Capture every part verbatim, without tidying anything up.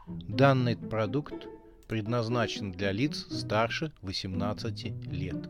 Данный продукт предназначен для лиц старше восемнадцати лет.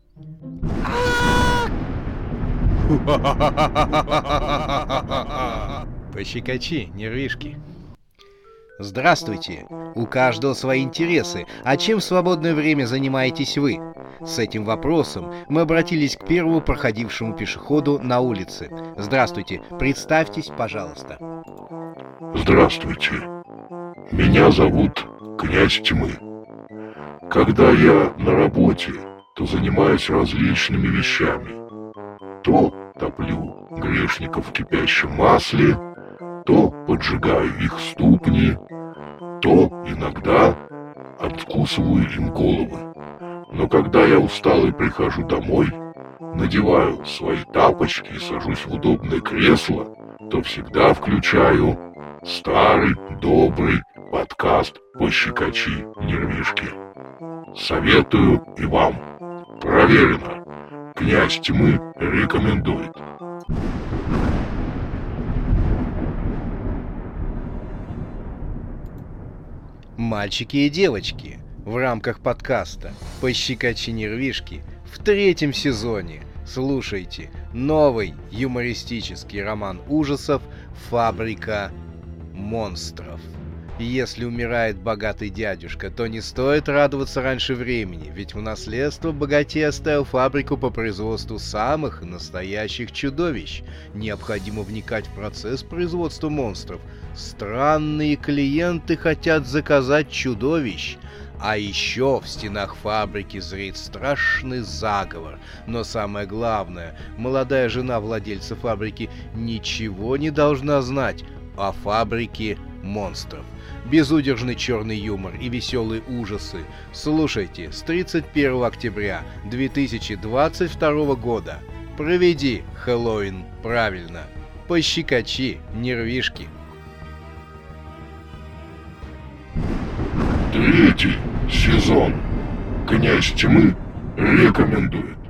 Пощекочи, нервишки. Здравствуйте! У каждого свои интересы. А чем в свободное время занимаетесь вы? С этим вопросом мы обратились к первому проходившему пешеходу на улице. Здравствуйте, представьтесь, пожалуйста. Здравствуйте. Меня зовут Князь Тьмы. Когда я на работе, то занимаюсь различными вещами. То топлю грешников в кипящем масле, то поджигаю их ступни, то иногда откусываю им головы. Но когда я устал и прихожу домой, надеваю свои тапочки и сажусь в удобное кресло, то всегда включаю старый добрый подкаст «Пощекочи, нервишки». Советую и вам. Проверено. Князь Тьмы рекомендует. Мальчики и девочки, в рамках подкаста «Пощекочи, нервишки» в третьем сезоне слушайте новый юмористический роман ужасов «Фабрика монстров». Если умирает богатый дядюшка, то не стоит радоваться раньше времени, ведь в наследство богатей оставил фабрику по производству самых настоящих чудовищ. Необходимо вникать в процесс производства монстров. Странные клиенты хотят заказать чудовищ. А еще в стенах фабрики зреет страшный заговор. Но самое главное, молодая жена владельца фабрики ничего не должна знать о фабрике монстров. Безудержный черный юмор и веселые ужасы слушайте с тридцать первого октября две тысячи двадцать второго года. Проведи Хэллоуин правильно. Пощекочи, нервишки. Третий сезон. Князь Тьмы рекомендует.